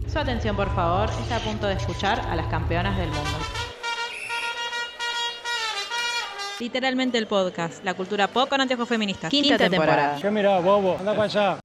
Su atención, por favor, está a punto de escuchar a las campeonas del mundo. Literalmente el podcast, la cultura pop con anteojos feministas. Quinta temporada. ¿Qué mirá, bobo? Anda para allá.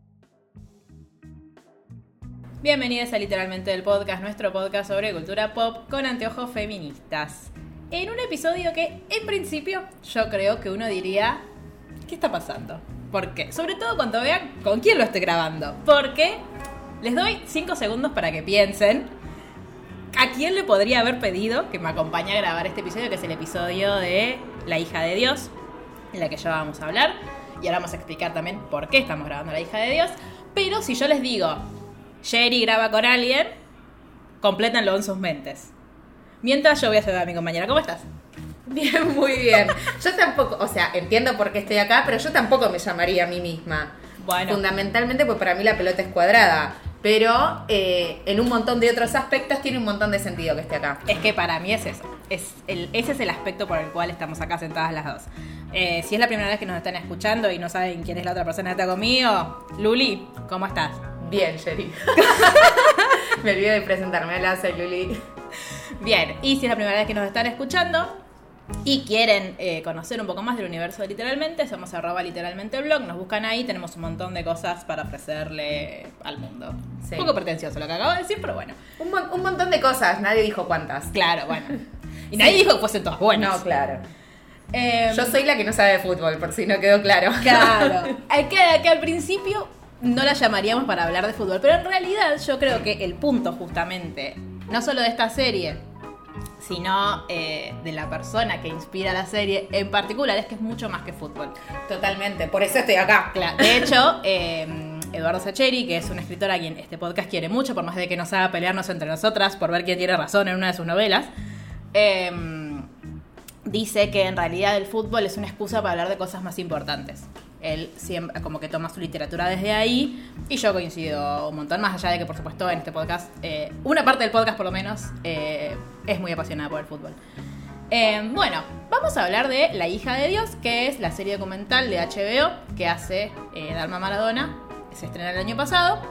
Bienvenidos a Literalmente el podcast, nuestro podcast sobre cultura pop con anteojos feministas. En un episodio que, en principio, yo creo que uno diría, ¿qué está pasando? ¿Por qué? Sobre todo cuando vean con quién lo estoy grabando. Porque les doy 5 segundos para que piensen a quién le podría haber pedido que me acompañe a grabar este episodio, que es el episodio de La hija de Dios, en la que ya vamos a hablar. Y ahora vamos a explicar también por qué estamos grabando La hija de Dios. Pero si yo les digo, Sherry graba con alguien, complétanlo en sus mentes. Mientras yo voy a saludar a mi compañera. ¿Cómo estás? Bien, muy bien. Yo tampoco, o sea, entiendo por qué estoy acá, pero yo tampoco me llamaría a mí misma. Bueno. Fundamentalmente, pues para mí la pelota es cuadrada. Pero en un montón de otros aspectos tiene un montón de sentido que esté acá. Es que para mí es eso. Ese es el aspecto por el cual estamos acá sentadas las dos. Si es la primera vez que nos están escuchando y no saben quién es la otra persona que está conmigo, Luli, ¿cómo estás? Bien, Sherry. Me olvidé de presentarme. Hola, soy Luli. Bien, y si es la primera vez que nos están escuchando y quieren conocer un poco más del universo de Literalmente, somos @literalmenteblog, nos buscan ahí, tenemos un montón de cosas para ofrecerle al mundo. Sí. Un poco pretencioso lo que acabo de decir, pero bueno. Un montón de cosas, nadie dijo cuántas. Claro, bueno. Y nadie dijo que fuesen todas buenas. No, claro. Yo soy la que no sabe de fútbol, por si no quedó claro. Claro. Que al principio no la llamaríamos para hablar de fútbol, pero en realidad yo creo que el punto justamente, no solo de esta serie, sino de la persona que inspira la serie en particular, es que es mucho más que fútbol. Totalmente, por eso estoy acá. Claro. De hecho, Eduardo Sacheri, que es un escritor a quien este podcast quiere mucho, por más de que nos haga pelearnos entre nosotras por ver quién tiene razón en una de sus novelas, dice que en realidad el fútbol es una excusa para hablar de cosas más importantes. Él siempre como que toma su literatura desde ahí, y yo coincido un montón, más allá de que por supuesto en este podcast, una parte del podcast por lo menos, es muy apasionada por el fútbol. Bueno, vamos a hablar de La hija de Dios, que es la serie documental de HBO que hace Dalma Maradona, se estrena el año pasado.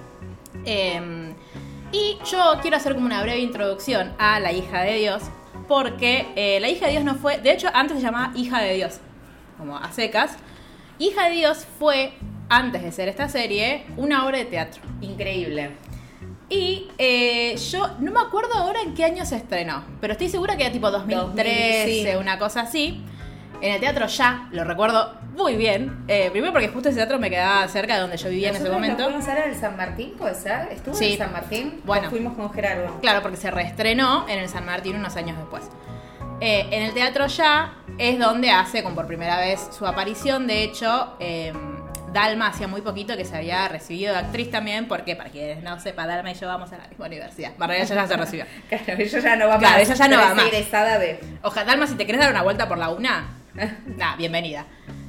Y yo quiero hacer como una breve introducción a La hija de Dios, porque La hija de Dios no fue, de hecho antes se llamaba Hija de Dios, como a secas. Hija de Dios fue, antes de ser esta serie, una obra de teatro. Increíble. Y yo no me acuerdo ahora en qué año se estrenó, pero estoy segura que era tipo 2013, sí. Una cosa así. En el Teatro Ya, lo recuerdo muy bien. Primero porque justo ese teatro me quedaba cerca de donde yo vivía en ese momento. ¿Fuimos a ver el San Martín, puede ser? ¿Estuvo en el San Martín? Bueno, fuimos con Gerardo. Claro, porque se reestrenó en el San Martín unos años después. En el Teatro Ya es donde hace con por primera vez su aparición. De hecho, Dalma hacía muy poquito que se había recibido de actriz también, porque para quienes no sepa, Dalma y yo vamos a la misma universidad. Barrera ya se recibió. Claro, ella ya no va más. Claro, ella ya no va más. Egresada de... Ojalá, Dalma, si te querés dar una vuelta por la UNA, bienvenida.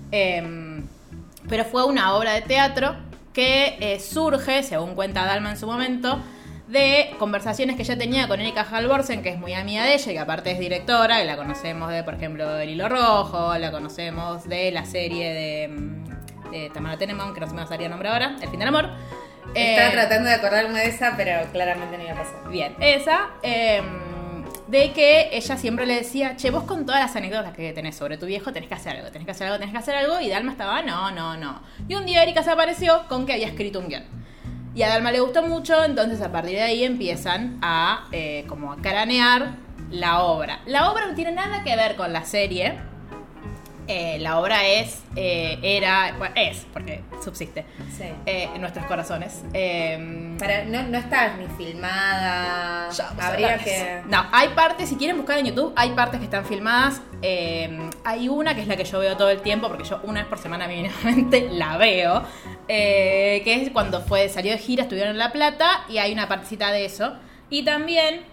Pero fue una obra de teatro que surge, según cuenta Dalma en su momento, de conversaciones que ella tenía con Erika Halvorsen, que es muy amiga de ella y que aparte es directora, y la conocemos de, por ejemplo, El Hilo Rojo, la conocemos de la serie de Tamara Tenenbaum, que no se me salía el nombre ahora, El fin del amor. Estaba tratando de acordarme de esa, pero claramente no iba a pasar. Bien, esa, de que ella siempre le decía, che, vos con todas las anécdotas que tenés sobre tu viejo tenés que hacer algo, tenés que hacer algo, tenés que hacer algo, y Dalma estaba, no. Y un día Erika se apareció con que había escrito un guión. Y a Dalma le gustó mucho, entonces a partir de ahí empiezan a como a cranear la obra. La obra no tiene nada que ver con la serie. La obra es, porque subsiste, sí. En nuestros corazones. No está ni filmada. Habría que... No, hay partes, si quieren buscar en YouTube, hay partes que están filmadas. Hay una que es la que yo veo todo el tiempo, porque yo una vez por semana mínimamente la veo. Que es cuando salió de gira, estuvieron en La Plata, y hay una partecita de eso. Y también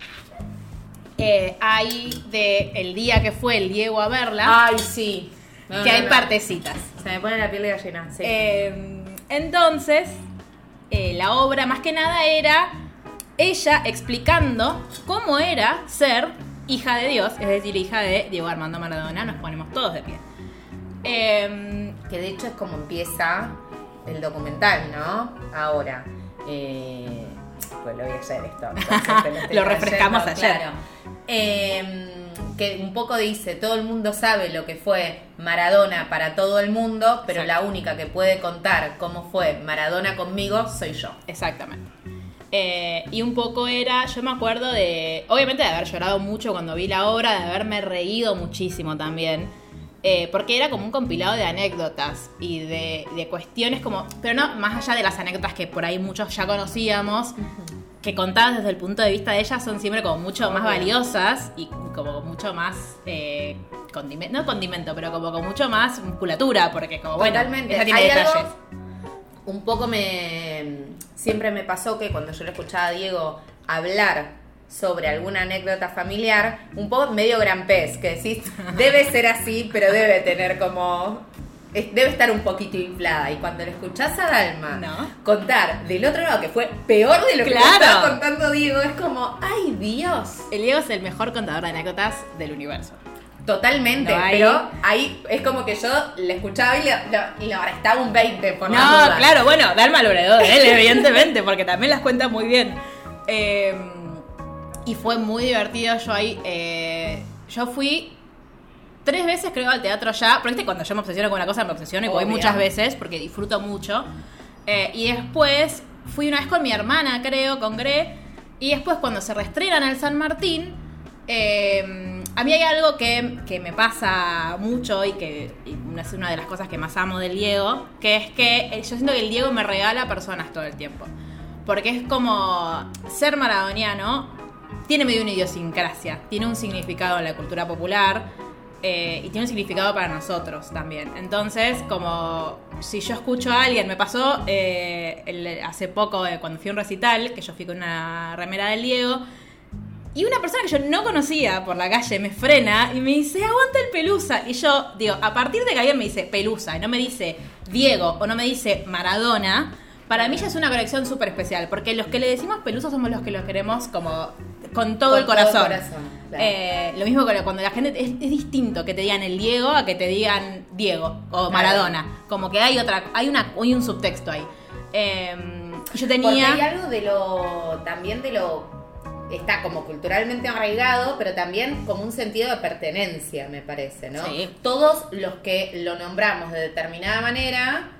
hay de el día que fue el Diego a verla. Ay, sí. Que hay partecitas. Se me pone la piel de gallina, sí. Entonces, la obra más que nada era ella explicando cómo era ser hija de Dios, es decir, hija de Diego Armando Maradona. Nos ponemos todos de pie. Que de hecho es como empieza el documental, ¿no? Ahora. porque lo vi ayer esto. Entonces te estoy Lo refrescamos trayendo, ayer. Claro. Que un poco dice, todo el mundo sabe lo que fue Maradona para todo el mundo, pero Exacto. la única que puede contar cómo fue Maradona conmigo soy yo. Exactamente. Y un poco era, yo me acuerdo de, obviamente de haber llorado mucho cuando vi la obra, de haberme reído muchísimo también, porque era como un compilado de anécdotas y de cuestiones como, pero no más allá de las anécdotas que por ahí muchos ya conocíamos, que contadas desde el punto de vista de ellas son siempre como mucho más valiosas y como mucho más no condimento, pero como con mucho más musculatura, porque como bueno, Totalmente. ella tiene Hay detalles. algo, un poco siempre me pasó que cuando yo le escuchaba a Diego hablar sobre alguna anécdota familiar, un poco medio gran pez, que decís, debe ser así, pero debe tener como... debe estar un poquito inflada. Y cuando le escuchás a Dalma ¿No? contar del otro lado, que fue peor de lo que Claro. le estaba contando Diego, es como, ¡ay, Dios! El Diego es el mejor contador de anécdotas del universo. Totalmente, No hay- pero ahí es como que yo le escuchaba y le restaba un 20 por la No, duda. claro, bueno, Dalma lo heredó de él, evidentemente, porque también las cuenta muy bien. Y fue muy divertido. Yo ahí, yo fui 3 veces creo al teatro ya, porque viste, cuando yo me obsesiono con una cosa me obsesiono y voy Obvio. muchas veces porque disfruto mucho. Y después fui una vez con mi hermana, creo, con Gre, y después cuando se reestrenan al San Martín, a mí hay algo que me pasa mucho y que es una de las cosas que más amo del Diego, que es que yo siento que el Diego me regala personas todo el tiempo. Porque es como ser maradoniano, tiene medio una idiosincrasia, tiene un significado en la cultura popular y tiene un significado para nosotros también. Entonces, como si yo escucho a alguien, me pasó hace poco cuando fui a un recital, que yo fui con una remera del Diego, y una persona que yo no conocía por la calle me frena y me dice, aguanta el Pelusa. Y yo digo, a partir de que alguien me dice Pelusa y no me dice Diego o no me dice Maradona, para mí ya es una conexión súper especial. Porque los que le decimos Pelusa somos los que los queremos como con todo el corazón. Claro. Lo mismo que cuando la gente es distinto que te digan el Diego a que te digan Diego o Claro. Maradona. Como que hay un subtexto ahí. Yo Porque tenía... hay algo también de lo está como culturalmente arraigado, pero también como un sentido de pertenencia, me parece, ¿no? Sí. Todos los que lo nombramos de determinada manera,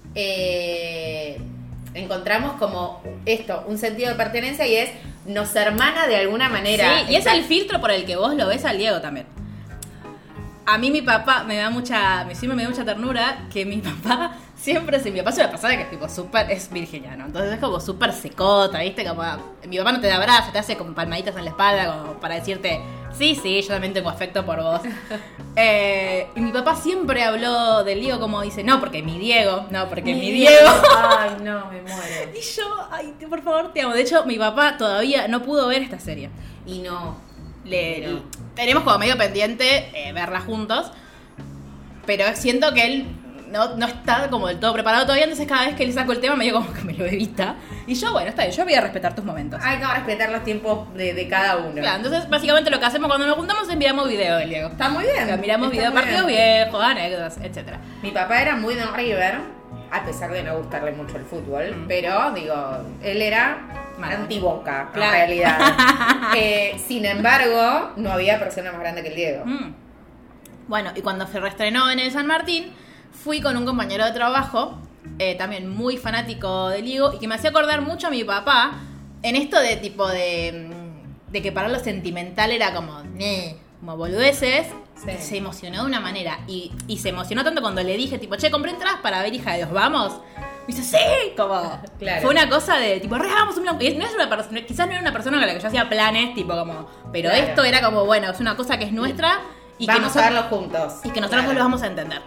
encontramos como esto, un sentido de pertenencia y es, nos hermana de alguna manera. Sí, y es el filtro por el que vos lo ves al Diego también. A mí mi papá siempre me da mucha ternura que mi papá siempre mi papá es una persona que es tipo súper, es virginiano, entonces es como súper secota, ¿viste? Como mi papá no te da abrazo, te hace como palmaditas en la espalda como para decirte, sí, yo también tengo afecto por vos. Y mi papá siempre habló del Diego como dice, no, porque mi Diego. Ay, no, me muero. Y yo, ay, por favor, te amo. De hecho, mi papá todavía no pudo ver esta serie. Y no. Tenemos como medio pendiente verla juntos, pero siento que él no está como del todo preparado todavía, entonces cada vez que le saco el tema medio como que me lo evita. Y yo, bueno, está bien, yo voy a respetar tus momentos. Hay que respetar los tiempos de cada uno. Claro, entonces básicamente lo que hacemos cuando nos juntamos es miramos video del Diego. Está muy bien. Miramos está video de muy partidos bien. viejos, anécdotas, etcétera. Mi papá era muy de River, a pesar de no gustarle mucho el fútbol, pero digo, él era Maradona. anti-Boca, Claro. en realidad. Sin embargo, no había persona más grande que el Diego. Bueno, y cuando se reestrenó en el San Martín, fui con un compañero de trabajo, también muy fanático del Diego, y que me hacía acordar mucho a mi papá en esto de tipo de que para lo sentimental era como boludeces. Sí. Se emocionó de una manera y se emocionó tanto cuando le dije tipo, che, compré entradas para ver Hija de Dios, ¿vamos? Me dice, sí, como Claro. fue una cosa de tipo, hagamos un plan. Y no es una persona, quizás no era una persona con la que yo hacía planes, tipo como, pero Claro. esto era como, bueno, es una cosa que es nuestra y Vamos que a nosotros verlo juntos. y que nosotros no lo vamos a entender.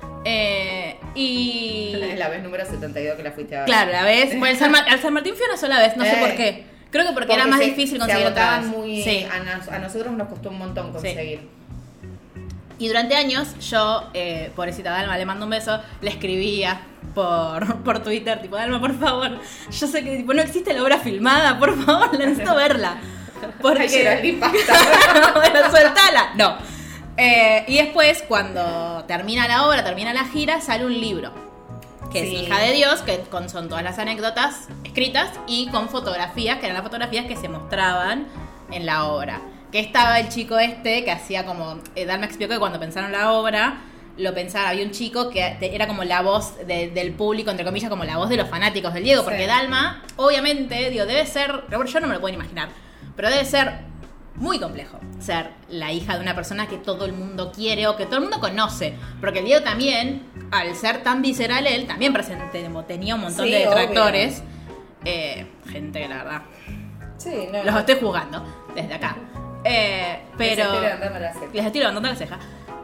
Y Es la vez número 72 que la fuiste a ver. claro, la vez, bueno, al San Martín fui una sola vez, no sé por qué. Creo que porque era más difícil conseguir se agotaban entradas. muy, Sí. a nosotros nos costó un montón conseguir. Y durante años yo, pobrecita Dalma, le mando un beso, le escribía por Twitter, tipo, Dalma, por favor, yo sé que tipo, no existe la obra filmada, por favor, necesito verla. Ay, Geraldine, basta. Bueno, sueltala. No. Y después, cuando termina la obra, termina la gira, sale un libro. que Sí. es hija de Dios, que son todas las anécdotas escritas y con fotografías, que eran las fotografías que se mostraban en la obra. Que estaba el chico que hacía como... Dan me explicó que cuando pensaron la obra, lo pensaban, había un chico que era como la voz del público, entre comillas, como la voz de los fanáticos del Diego, porque Sí. Dalma, obviamente, digo, debe ser... Yo no me lo puedo imaginar, pero debe ser muy complejo ser la hija de una persona que todo el mundo quiere o que todo el mundo conoce. Porque el Diego también, al ser tan visceral él, también tenía un montón Sí, de obvio. detractores. Gente que la verdad, Sí, no. los estoy jugando desde acá. Pero Les estoy levantando la ceja. les estoy levantando la ceja.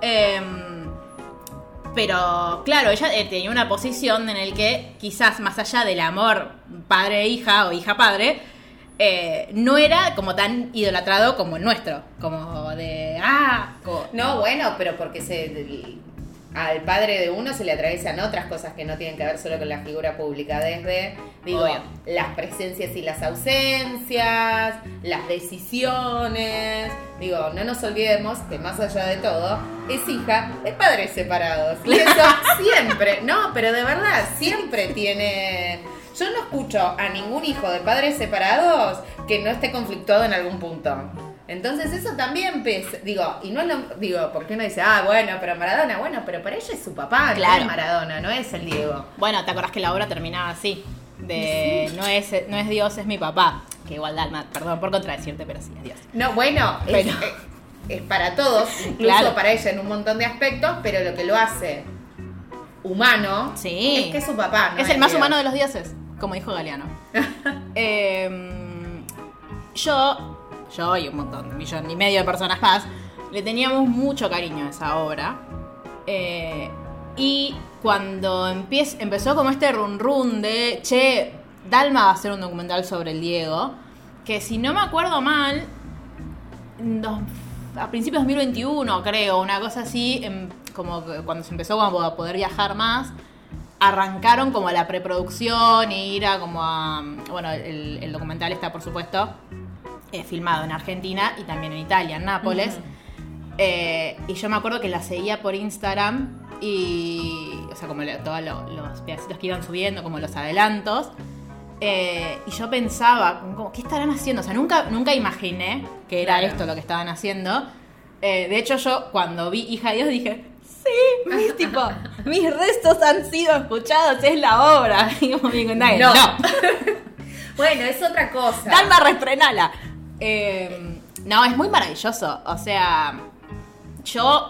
Pero claro, ella tenía una posición en el que quizás más allá del amor padre-hija o hija-padre, no era como tan idolatrado como el nuestro. Como de... No, bueno, pero porque al padre de uno se le atraviesan otras cosas que no tienen que ver solo con la figura pública, desde, digo, Obvio. las presencias y las ausencias, las decisiones. Digo, no nos olvidemos que más allá de todo, es hija de padres separados. Y eso siempre, no, pero de verdad, siempre tiene... Yo no escucho a ningún hijo de padres separados que no esté conflictuado en algún punto. Entonces eso también pesa, digo, y no es lo, digo, porque uno dice, bueno, pero Maradona, bueno, pero para ella es su papá, Claro. no es Maradona, no es el Diego. Bueno, ¿te acordás que la obra terminaba así? No es Dios, es mi papá. Que igual Dalma, perdón por contradecirte, pero sí, es Dios. No, bueno, Pero- es para todos, incluso Claro. para ella en un montón de aspectos, pero lo que lo hace humano Sí. es que es su papá, ¿no? Es el más Dios. humano de los dioses, como dijo Galeano. Yo y un montón, 1,5 millones de personas más, le teníamos mucho cariño a esa obra. Y cuando empezó como este run de, che, Dalma va a hacer un documental sobre el Diego, que si no me acuerdo mal, a principios de 2021 creo, una cosa así, como que cuando se empezó como a poder viajar más, arrancaron como a la preproducción y ir a como a... Bueno, el documental está, por supuesto, filmado en Argentina y también en Italia, en Nápoles. Y yo me acuerdo que la seguía por Instagram y... O sea, como todos los pedacitos que iban subiendo, como los adelantos. Y yo pensaba, como, ¿qué estarán haciendo? O sea, nunca imaginé que era Claro. esto lo que estaban haciendo. De hecho, yo cuando vi Hija de Dios dije... Sí, mis restos han sido escuchados, es la obra. Y como me contaron, No. no. Bueno, es otra cosa. Dalma, reestrenala. No, es muy maravilloso. O sea, yo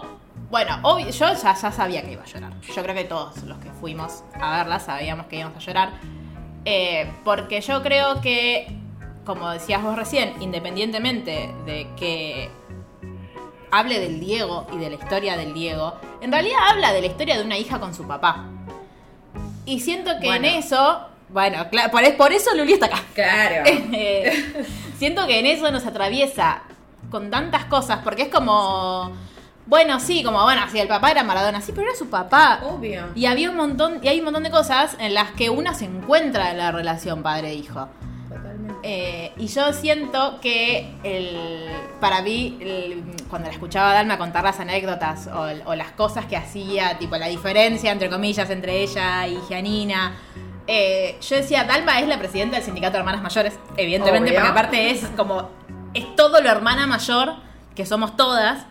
ya sabía que iba a llorar. Yo creo que todos los que fuimos a verla sabíamos que íbamos a llorar. Porque yo creo que, como decías vos recién, independientemente de que hable del Diego y de la historia del Diego, en realidad habla de la historia de una hija con su papá. Y siento que Bueno. en eso... Bueno, claro, por eso Luli está acá. Claro. Siento que en eso nos atraviesa con tantas cosas, porque es como... Bueno, sí, sí, el papá era Maradona, sí, pero era su papá. Obvio. Y hay un montón de cosas en las que una se encuentra en la relación padre-hijo. Totalmente. Y yo siento que para mí, cuando la escuchaba a Dalma contar las anécdotas o las cosas que hacía, tipo la diferencia, entre comillas, entre ella y Gianina, yo decía, Dalma es la presidenta del sindicato de hermanas mayores, evidentemente, Obvio. porque aparte es todo lo hermana mayor, que somos todas.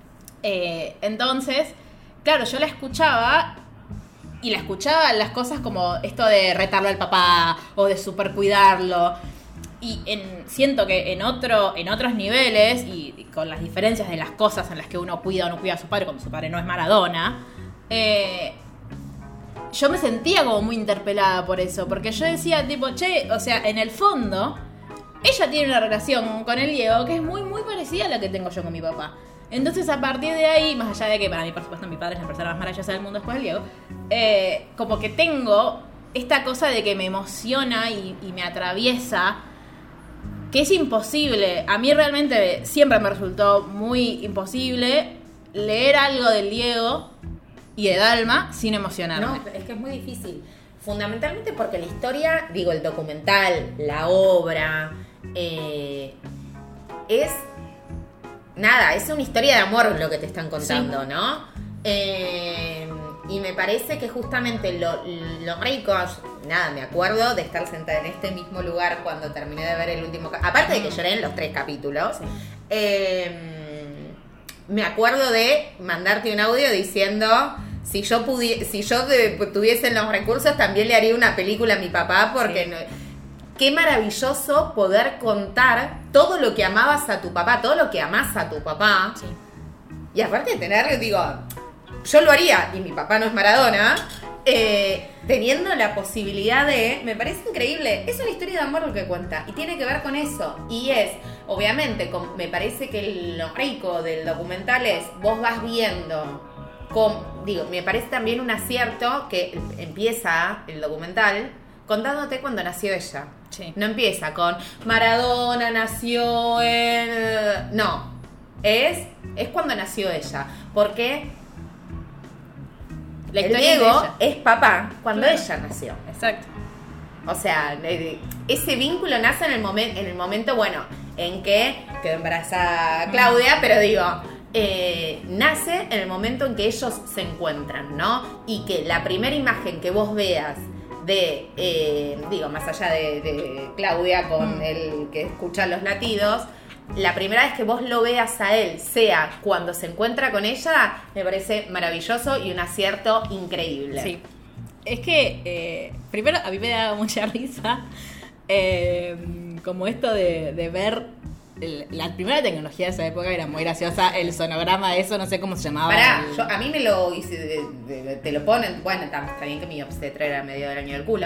Entonces, claro, yo la escuchaba y la escuchaba las cosas como esto de retarlo al papá o de super cuidarlo. Y siento que en otros niveles y con las diferencias de las cosas en las que uno cuida o no cuida a su padre cuando su padre no es Maradona, yo me sentía como muy interpelada por eso, porque yo decía tipo, che, o sea, en el fondo ella tiene una relación con el Diego que es muy muy parecida a la que tengo yo con mi papá. Entonces, a partir de ahí, más allá de que para mí, por supuesto, mi padre es la persona más maravillosa del mundo después del Diego, como que tengo esta cosa de que me emociona y me atraviesa, que es imposible. A mí realmente siempre me resultó muy imposible leer algo del Diego y de Dalma sin emocionarme. No, es que es muy difícil. Fundamentalmente porque la historia, digo, el documental, la obra, es... Nada, es una historia de amor lo que te están contando, Sí. ¿no? Y me parece que justamente lo rico, nada, me acuerdo de estar sentada en este mismo lugar cuando terminé de ver el último aparte de que lloré en los 3 capítulos, me acuerdo de mandarte un audio diciendo, si yo tuviese los recursos, también le haría una película a mi papá, porque qué maravilloso poder contar todo lo que amabas a tu papá, todo lo que amás a tu papá. Sí. Y aparte de tener, digo, yo lo haría, y mi papá no es Maradona, teniendo la posibilidad de, me parece increíble, es una historia de amor lo que cuenta, y tiene que ver con eso, y es, obviamente, me parece que lo rico del documental es, vos vas viendo, me parece también un acierto que empieza el documental contándote cuando nació ella. Sí. No empieza con Maradona nació en... No, es cuando nació ella, porque la historia el Diego es papá cuando ella nació. Exacto. O sea, ese vínculo nace en el momento, bueno, en que quedó embarazada Claudia, pero digo, nace en el momento en que ellos se encuentran, ¿no? Y que la primera imagen que vos veas de, más allá de Claudia con el que escucha los latidos, la primera vez que vos lo veas a él, sea cuando se encuentra con ella, me parece maravilloso y un acierto increíble. Sí. Es que, primero, a mí me da mucha risa como esto de ver... La primera tecnología de esa época era muy graciosa. El sonograma, eso, no sé cómo se llamaba. Pará, a mí me lo hice, te lo ponen. Bueno, está bien que mi obstetra era medio del año del culo,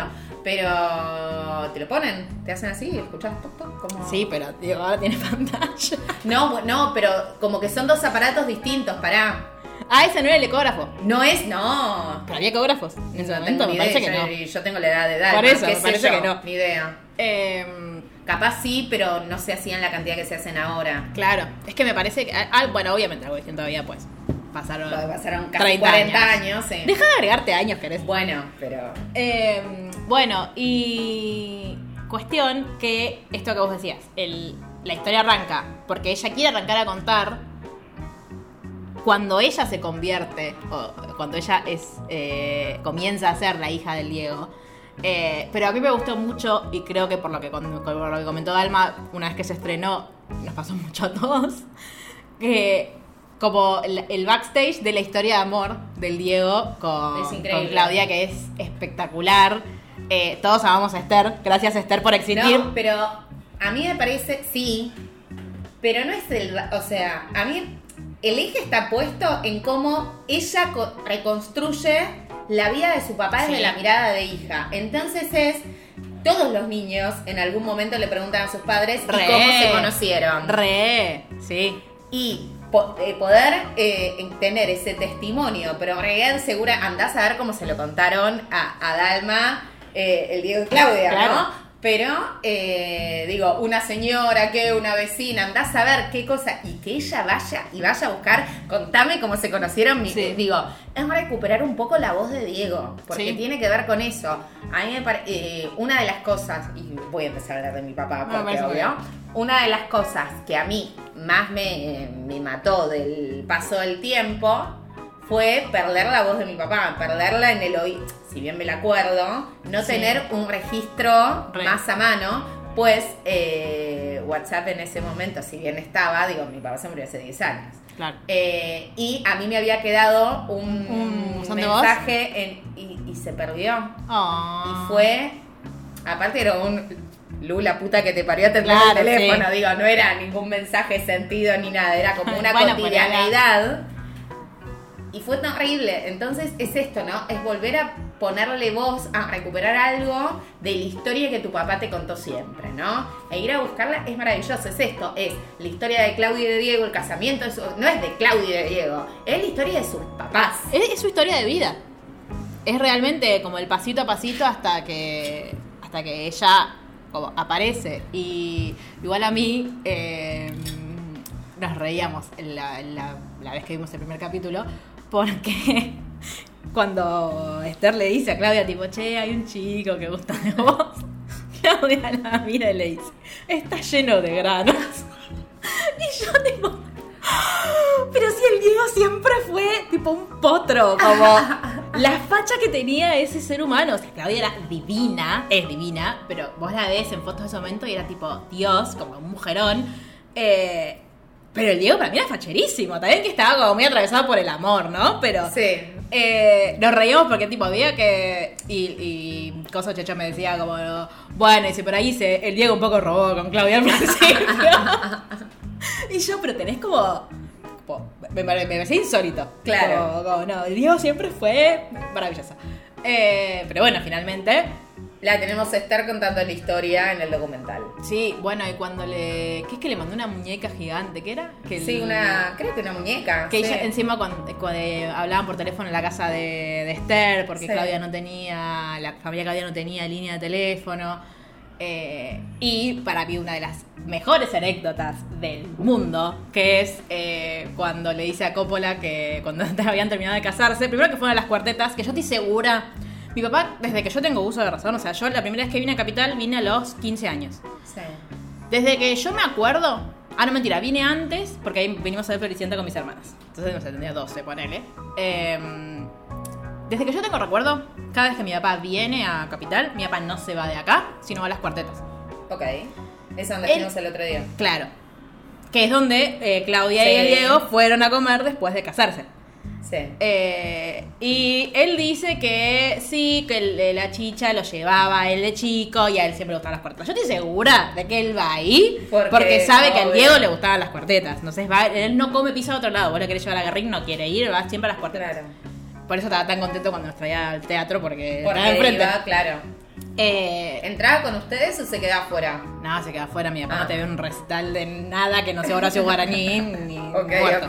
pero te lo ponen, te hacen así, escuchás como... Sí, pero digo, ahora tiene pantalla. No, pero como que son 2 aparatos distintos, pará. Ah, ese no era el ecógrafo. No. Pero había ecógrafos en ese momento, me parece que no. Yo tengo la edad de edad. Por eso, me parece que no. Ni idea. Capaz sí, pero no se hacían la cantidad que se hacen ahora. Claro, es que me parece que... bueno, obviamente algo distinto todavía, pues. Pasaron casi 40 años. Sí. Deja de agregarte años, querés. Bueno, pero... Bueno, y... Cuestión que esto que vos decías, la historia arranca porque ella quiere arrancar a contar cuando ella se convierte, o cuando ella comienza a ser la hija del Diego. Pero a mí me gustó mucho, y creo que por lo que comentó Dalma, una vez que se estrenó, nos pasó mucho a todos, que como el backstage de la historia de amor del Diego con Claudia, que es espectacular. Todos amamos a Esther, gracias Esther por existir. No, pero a mí me parece, sí, pero no es o sea, a mí el eje está puesto en cómo ella reconstruye la vida de su papá desde la mirada de hija. Entonces todos los niños en algún momento le preguntan a sus padres cómo se conocieron. Sí. Y poder tener ese testimonio, pero en realidad segura andás a ver cómo se lo contaron a Dalma, el Diego y Claudia, claro. ¿No? Pero, una señora, una vecina, andás a ver qué cosa, y que ella vaya a buscar, contame cómo se conocieron, es recuperar un poco la voz de Diego, porque tiene que ver con eso. A mí me parece, una de las cosas, y voy a empezar a hablar de mi papá, porque obvio, una de las cosas que a mí más me mató del paso del tiempo fue perder la voz de mi papá, perderla en el oído. Si bien me la acuerdo, no tener un registro más a mano, pues WhatsApp en ese momento, si bien estaba, mi papá se murió hace 10 años. Claro. Y a mí me había quedado un mensaje y se perdió. Oh. Y fue, aparte era un Lula, puta que te parió, atender el teléfono, no era ningún mensaje sentido ni nada, era como una cotidianeidad. Y fue tan horrible. Entonces es esto, ¿no? Es volver a ponerle voz, a recuperar algo de la historia que tu papá te contó siempre, ¿no? E ir a buscarla es maravilloso. Es esto, es la historia de Claudia y de Diego, el casamiento, no es de Claudia y de Diego, es la historia de sus papás. Es su historia de vida. Es realmente como el pasito a pasito hasta que ella como aparece. Y igual a mí nos reíamos la vez que vimos el primer capítulo, porque cuando Esther le dice a Claudia, tipo, che, hay un chico que gusta de vos, Claudia la mira y le dice, está lleno de granos. Y yo pero si el Diego siempre fue tipo un potro, como La facha que tenía ese ser humano. O sea, Claudia era divina, es divina, pero vos la ves en fotos de ese momento y era tipo Dios, como un mujerón. Pero el Diego para mí era facherísimo. También que estaba como muy atravesado por el amor, ¿no? Pero Sí. nos reíamos porque tipo había que... Y Coso Checho me decía como... Bueno, dice, por ahí el Diego un poco robó con Claudia al principio. Y yo, pero tenés como me parecía insólito. Claro. No, el Diego siempre fue maravilloso. Pero bueno, finalmente... La tenemos a Esther contando la historia en el documental. Sí, bueno, y cuando ¿qué es que le mandó una muñeca gigante? ¿Qué era? Sí, creo que una muñeca. Que sí. ella encima cuando hablaban por teléfono en la casa de Esther, porque Sí. Claudia no tenía, la familia Claudia no tenía línea de teléfono. Y para mí una de las mejores anécdotas del mundo, que es cuando le dice a Coppola que cuando habían terminado de casarse, primero que fueron a las cuartetas, que yo estoy segura, mi papá, desde que yo tengo uso de razón, o sea, yo la primera vez que vine a Capital vine a los 15 años. Sí. Desde que yo me acuerdo, no mentira, vine antes, porque ahí vinimos a ver Floricienta con mis hermanas, entonces no sé, tendría 12, ponele. Desde que yo tengo recuerdo, cada vez que mi papá viene a Capital, mi papá no se va de acá, sino va a las cuartetas. Ok. Es donde fuimos el otro día. Claro. Que es donde Claudia Sí. y el Diego fueron a comer después de casarse. Sí. Y él dice que sí, que la chicha lo llevaba a él de chico y a él siempre le gustaban las cuartetas. Yo estoy segura de que él va ahí porque sabe que al obvio. Diego le gustaban las cuartetas. Entonces él no come pizza a otro lado. Vos le querés llevar a Garrick, no quiere ir, va siempre a las cuartetas. Claro. Por eso estaba tan contento cuando nos traía al teatro porque estaba Porque enfrente. iba, claro. ¿Entraba con ustedes o se quedaba afuera? No, se queda afuera. Mi papá no te ve un recital de nada que no sea Horacio Guaraní ni Ok, muerto. ok.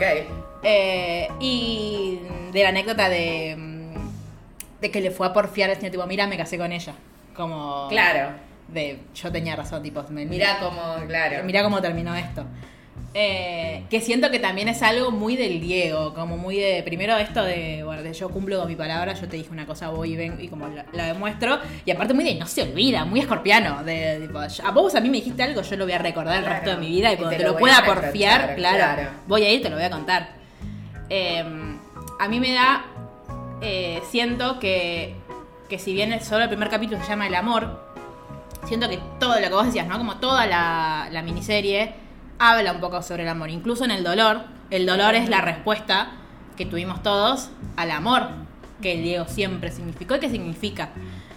Y de la anécdota de que le fue a porfiar al señor, tipo, mira, me casé con ella. Como... Claro. Yo tenía razón, tipo... Mirá cómo, claro. Mirá cómo terminó esto. Que siento que también es algo muy del Diego, como muy de... Primero esto de yo cumplo con mi palabra, yo te dije una cosa, voy y ven y como la demuestro. Y aparte muy de no se olvida, muy escorpiano. De tipo, a vos a mí me dijiste algo, yo lo voy a recordar el resto de mi vida. Y cuando te lo voy pueda a reprochar, porfiar, claro, claro. voy a ir, te lo voy a contar. A mí me da... siento que si bien solo el primer capítulo se llama El Amor, siento que todo lo que vos decías, ¿no? Como toda la miniserie habla un poco sobre el amor, incluso en el dolor. El dolor es la respuesta que tuvimos todos al amor que el Diego siempre significó y que significa.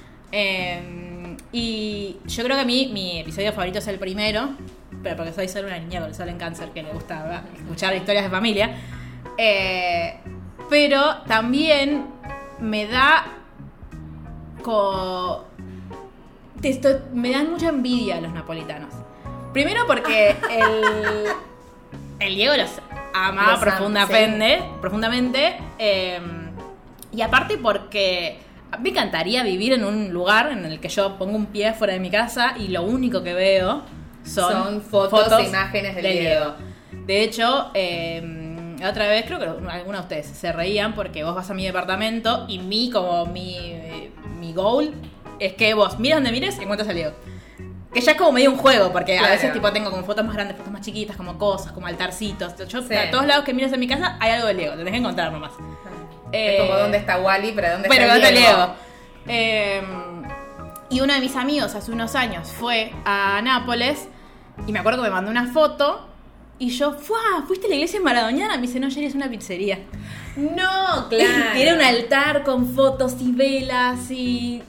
Y yo creo que a mí mi episodio favorito es el primero, pero porque soy solo una niña con el sol en cáncer que le gusta, ¿verdad?, escuchar historias de familia. Pero también me da me dan mucha envidia los napolitanos. Primero porque el Diego los ama profundamente. Y aparte porque me encantaría vivir en un lugar en el que yo pongo un pie fuera de mi casa y lo único que veo son fotos e imágenes del Diego. De hecho, la otra vez creo que algunos de ustedes se reían porque vos vas a mi departamento y mi goal es que vos mires donde mires y encuentras al Diego. Que ya es como medio un juego, porque Claro. a veces tipo tengo como fotos más grandes, fotos más chiquitas, como cosas, como altarcitos. Yo Sí. a todos lados que mires en mi casa hay algo del Diego, lo tenés que encontrar nomás. Es como dónde está Wally, pero dónde Pero está ¿dónde Diego. está Diego? Y uno de mis amigos hace unos años fue a Nápoles y me acuerdo que me mandó una foto y yo, ¿fuiste a la iglesia maradoniana? Me dice, no, Jerry, es una pizzería. No, claro. Era un altar con fotos y velas y...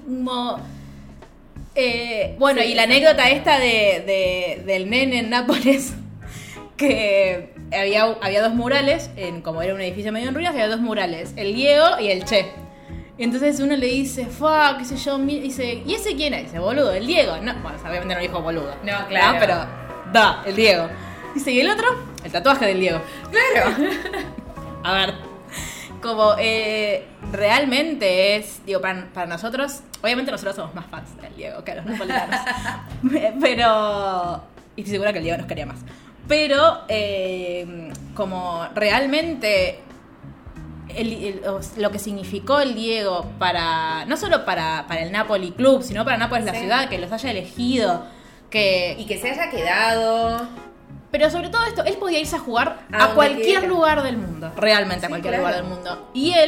bueno, Sí, y la anécdota esta del nene en Nápoles, que había dos murales, como era un edificio medio en ruinas, había dos murales, el Diego y el Che. Y entonces uno le dice, qué sé yo, dice, ¿y ese quién es? Dice, boludo, el Diego. No, bueno, obviamente no dijo boludo. No, claro. Pero, el Diego. Dice, ¿y el otro? El tatuaje del Diego. Claro. A ver, como realmente es, digo, para nosotros, obviamente nosotros somos más fans del Diego que los napolitanos, pero, y estoy segura que el Diego nos quería más, pero como realmente lo que significó el Diego no solo para el Napoli Club, sino para Nápoles la Sí. ciudad, que los haya elegido, Y que se haya quedado. pero sobre todo esto, él podía irse a jugar A a donde cualquier quiera. lugar del mundo. Realmente a Sí, cualquier claro. lugar del mundo. Y él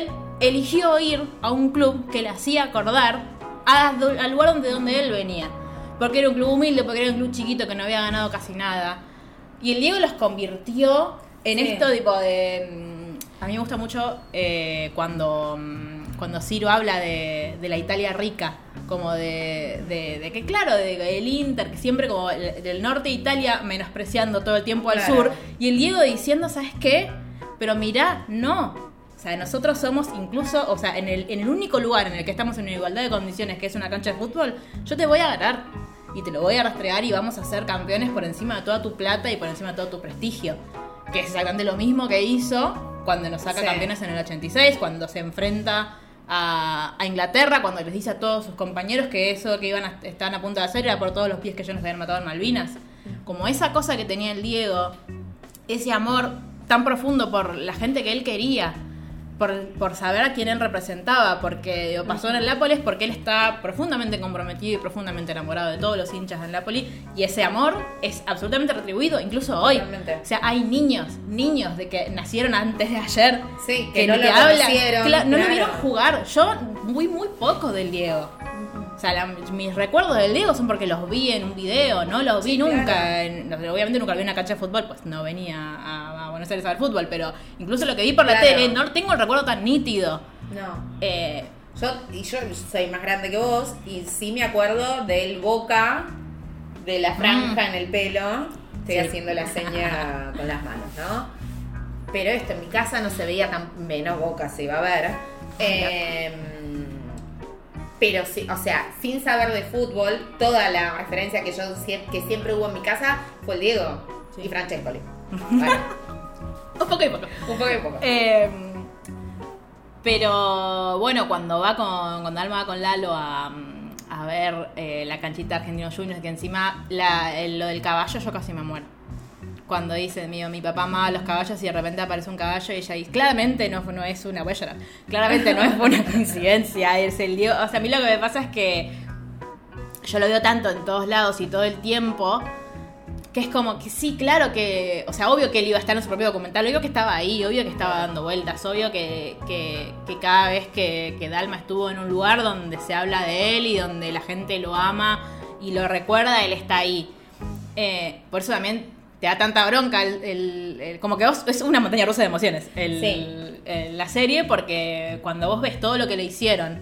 eligió ir a un club que le hacía acordar al lugar donde él venía. Porque era un club humilde, porque era un club chiquito que no había ganado casi nada. Y el Diego los convirtió en esto tipo de... A mí me gusta mucho cuando Ciro habla de la Italia rica, como de que claro, del Inter, que siempre como del norte de Italia menospreciando todo el tiempo al sur, y el Diego diciendo, ¿sabes qué? Pero mirá, no. O sea, nosotros somos incluso, o sea, en el único lugar en el que estamos en igualdad de condiciones, que es una cancha de fútbol, yo te voy a ganar y te lo voy a rastrear y vamos a ser campeones por encima de toda tu plata y por encima de todo tu prestigio. Que es exactamente lo mismo que hizo cuando nos saca campeones en el 86, cuando se enfrenta a Inglaterra, cuando les dice a todos sus compañeros que eso que estaban a punto de hacer era por todos los pies que ellos nos habían matado en Malvinas. Como esa cosa que tenía el Diego, ese amor tan profundo por la gente que él quería, por saber a quién él representaba, porque pasó en el Nápoles, porque él está profundamente comprometido y profundamente enamorado de todos los hinchas del Nápoles, y ese amor es absolutamente retribuido, incluso hoy. Totalmente. O sea, hay niños de que nacieron antes de ayer, que no lo conocieron, no lo vieron jugar. Yo muy poco del Diego. O sea, mis recuerdos del Diego son porque los vi en un video, no los vi nunca. Obviamente nunca vi una cancha de fútbol, pues no venía a Buenos Aires a ver fútbol, pero incluso lo que vi por la tele, no tengo el recuerdo tan nítido. No. Yo soy más grande que vos y sí me acuerdo del Boca, de la franja en el pelo. Estoy haciendo la seña con las manos, ¿no? Pero en mi casa no se veía tan menos Boca, se iba a ver. Pero sí, o sea, sin saber de fútbol, toda la referencia que siempre hubo en mi casa fue el Diego y Francescoli. Bueno. Un poco y poco. Pero bueno, cuando Alma va con Lalo a ver la canchita Argentinos Juniors, que encima lo del caballo, yo casi me muero. Cuando dice, mi papá amaba los caballos y de repente aparece un caballo y ella dice, claramente no es una, voy a llorar, claramente no es una coincidencia, es el Dios. O sea, a mí lo que me pasa es que yo lo veo tanto en todos lados y todo el tiempo, que es como que sí, claro que, o sea, obvio que él iba a estar en su propio documental, obvio que estaba ahí, obvio que estaba dando vueltas, obvio que cada vez que Dalma estuvo en un lugar donde se habla de él y donde la gente lo ama y lo recuerda, él está ahí. Por eso también te da tanta bronca como que vos, es una montaña rusa de emociones la serie, porque cuando vos ves todo lo que le hicieron.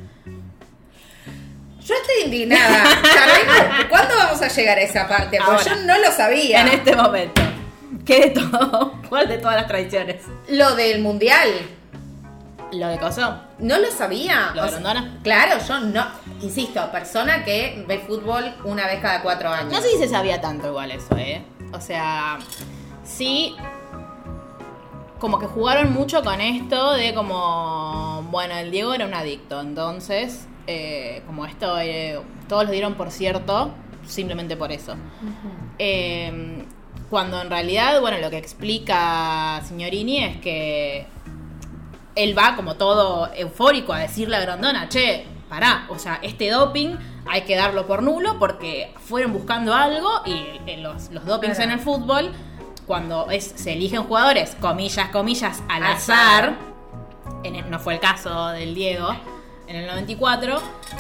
Yo estoy indignada. ¿Cuándo vamos a llegar a esa parte? Porque yo no lo sabía. En este momento. ¿Qué de todo? ¿Cuál de todas las tradiciones? Lo del mundial. ¿Lo de Coso? No lo sabía. ¿Lo de Rondona? Claro, yo no. Insisto, persona que ve fútbol una vez cada 4 años. No sé si se sabía tanto igual eso, O sea, sí, como que jugaron mucho con esto de como, bueno, el Diego era un adicto, entonces, como esto, todos lo dieron por cierto, simplemente por eso. Uh-huh. Cuando en realidad, bueno, lo que explica Signorini es que él va como todo eufórico a decirle a Grondona, che, pará, o sea, este doping hay que darlo por nulo porque fueron buscando algo y los dopings en el fútbol, cuando se eligen jugadores, comillas, al azar, no fue el caso del Diego en el 94,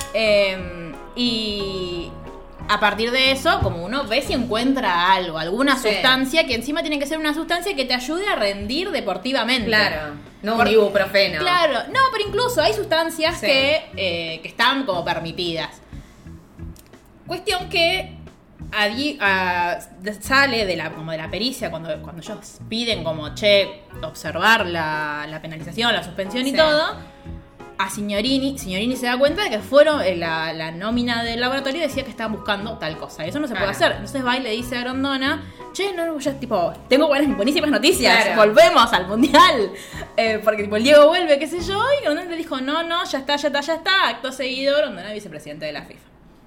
y a partir de eso, como uno ve si encuentra algo, alguna sustancia, que encima tiene que ser una sustancia que te ayude a rendir deportivamente. Claro, no un ibuprofeno. Claro, no, pero incluso hay sustancias que están como permitidas. Cuestión que sale de la pericia cuando ellos piden como, observar la penalización, la suspensión y todo. A Signorini se da cuenta de que fueron la nómina del laboratorio decía que estaban buscando tal cosa. Y eso no se puede hacer. Entonces va y le dice a Grondona, ya tipo, tengo buenísimas noticias, volvemos al mundial. Porque tipo el Diego vuelve, qué sé yo, y Grondona le dijo, no, ya está. Acto seguido, Grondona es vicepresidente de la FIFA.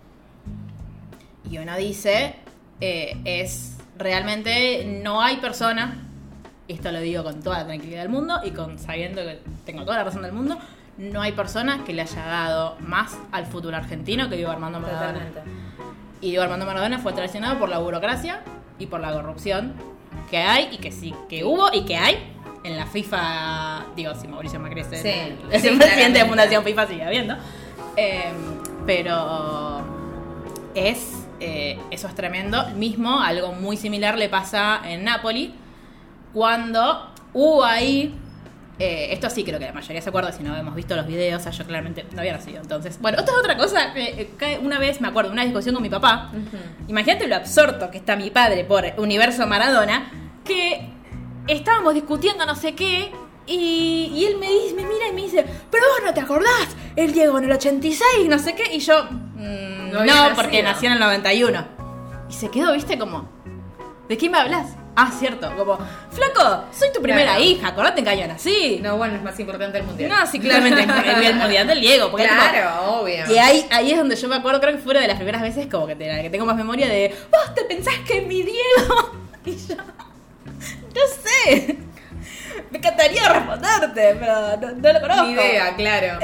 Y uno dice, es realmente no hay persona, y esto lo digo con toda la tranquilidad del mundo y sabiendo que tengo toda la razón del mundo, no hay persona que le haya dado más al fútbol argentino que Diego Armando Maradona. Totalmente. Y Diego Armando Maradona fue traicionado por la burocracia y por la corrupción que hay y que sí, que hubo y que hay en la FIFA, digo, si Mauricio Macri es Sí, el sí, presidente de claramente. Fundación FIFA, sigue habiendo. Pero eso es tremendo. Mismo, algo muy similar le pasa en Napoli, cuando hubo ahí, esto sí creo que la mayoría se acuerda, si no hemos visto los videos, o sea, yo claramente no había nacido, entonces, bueno, esto es otra cosa, que una vez me acuerdo, una discusión con mi papá, imagínate lo absorto que está mi padre por Universo Maradona, que estábamos discutiendo no sé qué, y él me mira y me dice, pero vos no te acordás, el Diego en el 86, no sé qué, y yo, No había nacido. porque nací en el 91, y se quedó, viste, como, ¿de qué me hablas? Ah, cierto, como, flaco, soy tu primera Claro. hija, acordate en qué año nací. No, bueno, es más importante el mundial. No, sí, claramente el mundial del Diego, porque Claro, obvio. y ahí es donde yo me acuerdo, creo que fue una de las primeras veces como que, que tengo más memoria de, vos te pensás que es mi Diego. Y yo, no sé, me encantaría responderte, pero no lo conozco. Ni idea, claro.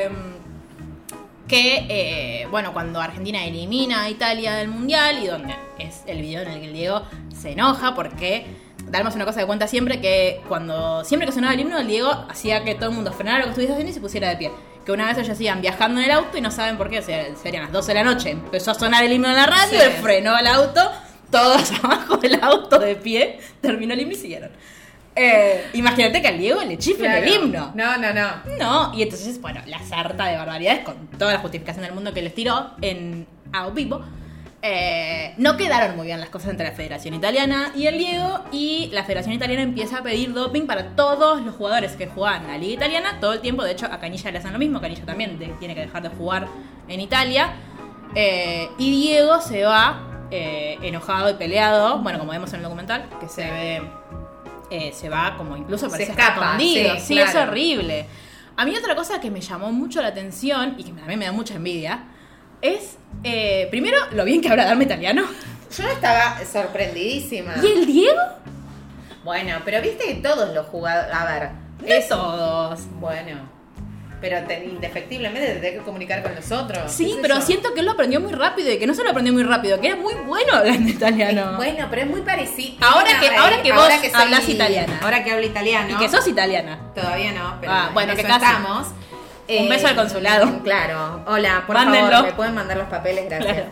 Bueno, cuando Argentina elimina a Italia del mundial, y donde es el video en el que el Diego se enoja porque Dalma es una cosa que cuenta siempre, que siempre que sonaba el himno, el Diego hacía que todo el mundo frenara lo que estuviese haciendo y se pusiera de pie. Que una vez ellos iban viajando en el auto y no saben por qué, o sea, serían las 12 de la noche, empezó a sonar el himno en la radio, Sí. él frenó el auto, todos abajo del auto de pie, terminó el himno y siguieron. Imagínate que al Diego le chiflen Claro. el himno. No. No, y entonces, bueno, la sarta de barbaridades con toda la justificación del mundo que les tiró a vivo. No quedaron muy bien las cosas entre la Federación Italiana y el Diego, y la Federación Italiana empieza a pedir doping para todos los jugadores que jugaban en la Liga Italiana todo el tiempo. De hecho, a Canilla le hacen lo mismo, Canilla también tiene que dejar de jugar en Italia. Y Diego se va enojado y peleado, bueno, como vemos en el documental, que se ve... se va como incluso parece escapa, escondido. sí, Sí, claro. es horrible. A mí otra cosa que me llamó mucho la atención y que también me da mucha envidia es, primero, lo bien que habla Dalma italiano. Yo estaba sorprendidísima. ¿Y el Diego? Bueno, pero viste que todos los jugadores... A ver, De todos. bueno, pero indefectiblemente te tenés que comunicar con los otros. Sí, ¿qué sé pero yo? siento que él lo aprendió muy rápido, y que no solo lo aprendió muy rápido, que era muy bueno hablando italiano. Bueno, pero es muy parecido. Ahora que vos soy- hablas italiana. Ahora que hablo italiano. Y que sos italiana. Todavía no, pero Bueno, en que eso casi. estamos. Un beso al consulado. Claro. Hola, por Mándenlo. favor, me pueden mandar los papeles, gracias. Claro.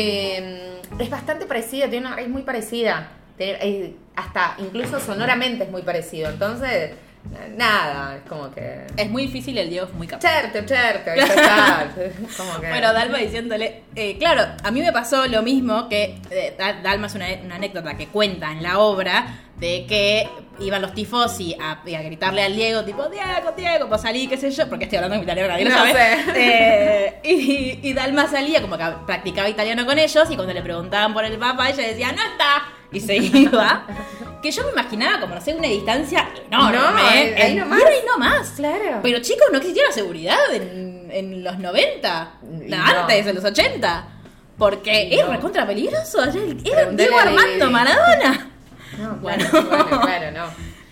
Es bastante parecida, tiene una raíz muy parecida. Hasta incluso sonoramente es muy parecido. Entonces, nada, es como que... Es muy difícil, el Diego es muy capaz. Certo, ya está. Como que... Bueno, Dalma diciéndole, claro, a mí me pasó lo mismo que Dalma es una anécdota que cuenta en la obra de que iban los tifosi a gritarle al Diego, tipo, Diego, pues salí, qué sé yo, porque estoy hablando en italiano, nadie lo No sabe. sé. Y Dalma salía como que practicaba italiano con ellos, y cuando le preguntaban por el Papa, ella decía, no está, y se iba. Que yo me imaginaba como, no sé, una distancia enorme. No, ahí nomás. Era ahí nomás. Claro. Pero chicos, no existía la seguridad en los 90, Y antes, no. en los 80. Porque Y es no. recontra peligroso. Era Preguntale Diego a Armando Vivi. Maradona. No, Bueno. bueno, claro, no.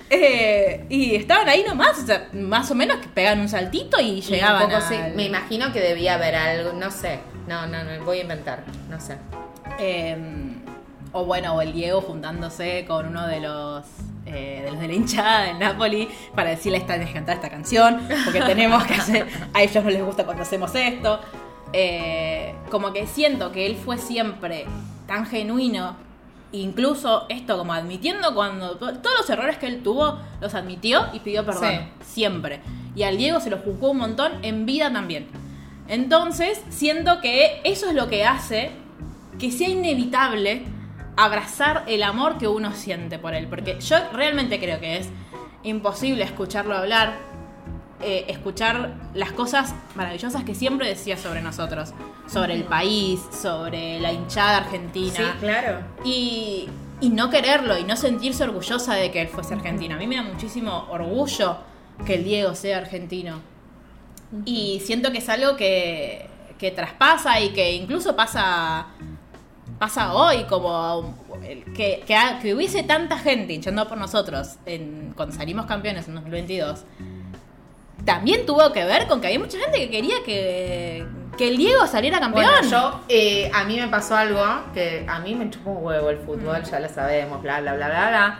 Y estaban ahí nomás, o sea, más o menos que pegan un saltito y Y llegaban un poco sí, al- me imagino que debía haber algo, no sé. No, voy a inventar, no sé. O el Diego juntándose con uno de los de la hinchada del Napoli para decirle, tenés que cantar esta canción, porque tenemos que hacer, a ellos no les gusta cuando hacemos esto. Como que siento que él fue siempre tan genuino, incluso esto como admitiendo cuando todos los errores que él tuvo, los admitió y pidió perdón, Sí. siempre. Y al Diego se lo juzgó un montón en vida también. Entonces siento que eso es lo que hace que sea inevitable abrazar el amor que uno siente por él, porque yo realmente creo que es imposible escucharlo hablar, escuchar las cosas maravillosas que siempre decía sobre nosotros, sobre el país, sobre la hinchada argentina, Sí, claro. y no quererlo y no sentirse orgullosa de que él fuese argentino. A mí me da muchísimo orgullo que el Diego sea argentino, y siento que es algo que traspasa y que incluso pasa hoy, como que hubiese tanta gente hinchando por nosotros cuando salimos campeones en 2022. También tuvo que ver con que había mucha gente que quería que el Diego saliera campeón. Bueno, yo, a mí me pasó algo que a mí me chupó un huevo el fútbol, ya lo sabemos, bla, bla, bla, bla, bla.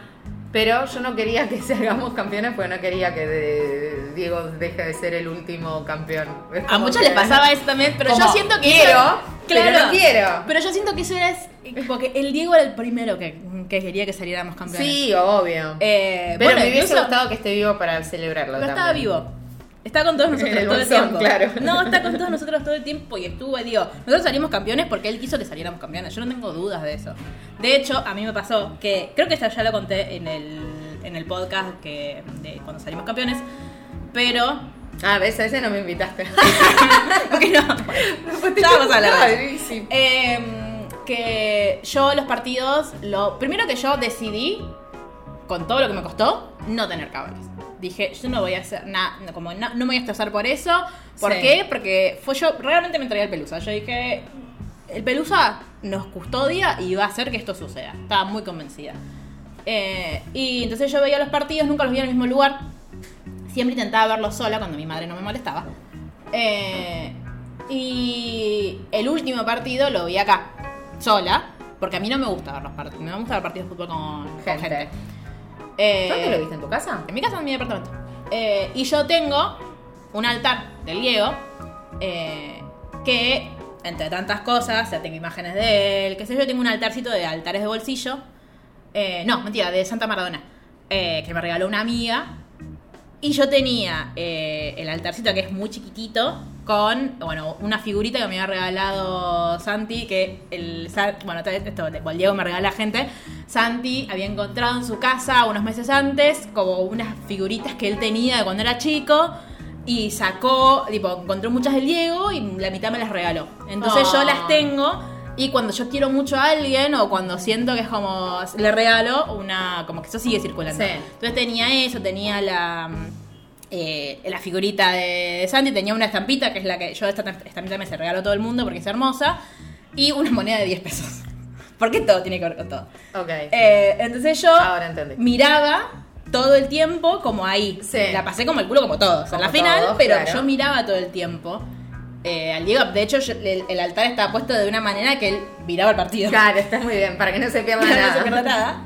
Pero yo no quería que salgamos campeones porque no quería que Diego deje de ser el último campeón. A muchos les pasaba eso también, pero yo siento que quiero, pero no quiero. Pero yo siento que eso era porque el Diego era el primero que quería que saliéramos campeones. Sí, obvio. Pero bueno, me hubiese gustado que esté vivo para celebrarlo. Pero también. estaba vivo. Está con todos nosotros todo el tiempo. Claro. No, está con todos nosotros todo el tiempo y estuvo, digo, nosotros salimos campeones porque él quiso que saliéramos campeones. Yo no tengo dudas de eso. De hecho, a mí me pasó que, creo que ya lo conté en el podcast de cuando salimos campeones, pero... Ah, ¿ves? A ese no me invitaste. ¿Por qué no? Ya vamos a hablar de eso. Sí. Que yo los partidos, primero que yo decidí, con todo lo que me costó, no tener cables. Dije, yo no voy a hacer nada, como no me voy a estresar por eso. ¿Por qué? Porque yo realmente me traía el Pelusa. Yo dije, el Pelusa nos custodia y va a hacer que esto suceda. Estaba muy convencida. Y entonces yo veía los partidos, nunca los veía en el mismo lugar. Siempre intentaba verlos sola cuando mi madre no me molestaba. Y el último partido lo vi acá, sola, porque a mí no me gusta ver los partidos. Me gusta ver partidos de fútbol con gente. ¿Dónde lo viste? ¿En tu casa? En mi casa, en mi departamento. Y yo tengo un altar del Diego que, entre tantas cosas, o sea, tengo imágenes de él, qué sé yo, tengo un altarcito de altares de bolsillo. No, mentira, de Santa Maradona, que me regaló una amiga. Y yo tenía el altarcito que es muy chiquitito con, bueno, una figurita que me había regalado Santi, que esto, el Diego me regala gente. Santi había encontrado en su casa unos meses antes como unas figuritas que él tenía de cuando era chico y encontró muchas del Diego y la mitad me las regaló. Entonces yo las tengo y cuando yo quiero mucho a alguien o cuando siento que es como, le regalo una, como que eso sigue circulando. Sí. Entonces tenía eso, tenía la figurita de Santi, tenía una estampita que es la que yo, esta estampita me se regaló a todo el mundo porque es hermosa, y una moneda de 10 pesos. Porque todo tiene que ver con todo. Ok. Entonces yo Ahora entendí. miraba todo el tiempo como ahí. Sí. La pasé como el culo como todos en la final, todos, pero claro. yo miraba todo el tiempo. Al Diego, de hecho, el altar estaba puesto de una manera que él miraba el partido. Claro, está muy bien, para que no se pierda No nada. se pierda nada.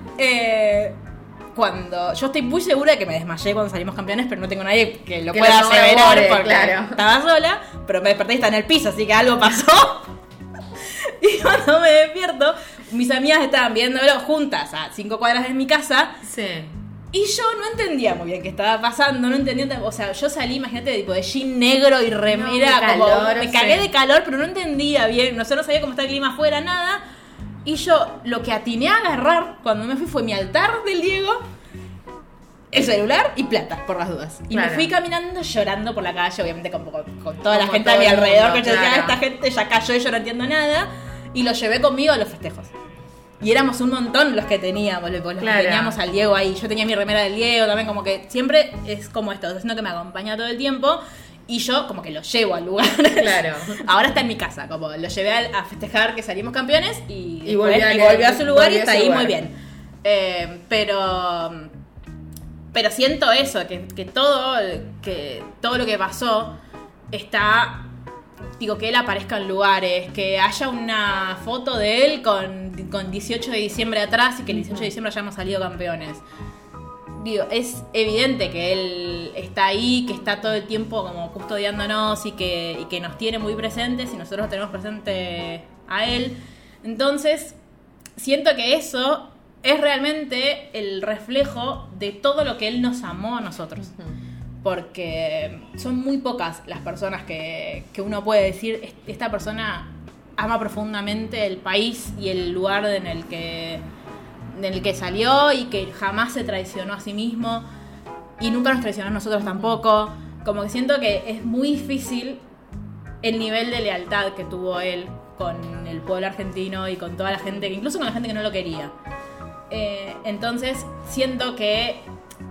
Cuando yo estoy muy segura de que me desmayé cuando salimos campeones, pero no tengo nadie que lo Que pueda lo aseverar corrobore, porque claro. estaba sola, pero me desperté y estaba en el piso, así que algo pasó. Y cuando me despierto, mis amigas estaban viéndolo juntas a 5 cuadras de mi casa. Sí. Y yo no entendía muy bien qué estaba pasando, no entendía, o sea, yo salí, imagínate, tipo de jean negro y remera, No, qué como calor, me cagué sí. de calor, pero no entendía bien, no sabía cómo estaba el clima afuera, nada. Y yo lo que atiné a agarrar cuando me fui fue mi altar del Diego, el celular y plata, por las dudas. Y Claro. me fui caminando llorando por la calle, obviamente con toda la Como gente a todo mi el alrededor, mundo, que yo decía, claro. esta gente ya cayó y yo no entiendo nada. Y lo llevé conmigo a los festejos. Y éramos un montón los que teníamos, los Claro. que teníamos al Diego ahí. Yo tenía mi remera del Diego también, como que siempre es como esto, siento que me acompaña todo el tiempo y yo como que lo llevo al lugar. Claro. Ahora está en mi casa, como lo llevé a festejar que salimos campeones y Y después- volvió a su lugar y volvió a está su ahí lugar. muy bien. Pero siento eso, que todo lo que pasó está... Digo, que él aparezca en lugares, que haya una foto de él con 18 de diciembre atrás y que el 18 de diciembre hayamos salido campeones. Digo, es evidente que él está ahí, que está todo el tiempo como custodiándonos y que nos tiene muy presentes y nosotros lo tenemos presente a él. Entonces, siento que eso es realmente el reflejo de todo lo que él nos amó a nosotros. Porque son muy pocas las personas que uno puede decir, esta persona ama profundamente el país y el lugar en el que salió y que jamás se traicionó a sí mismo y nunca nos traicionó a nosotros tampoco. Como que siento que es muy difícil el nivel de lealtad que tuvo él con el pueblo argentino y con toda la gente, incluso con la gente que no lo quería. Entonces siento que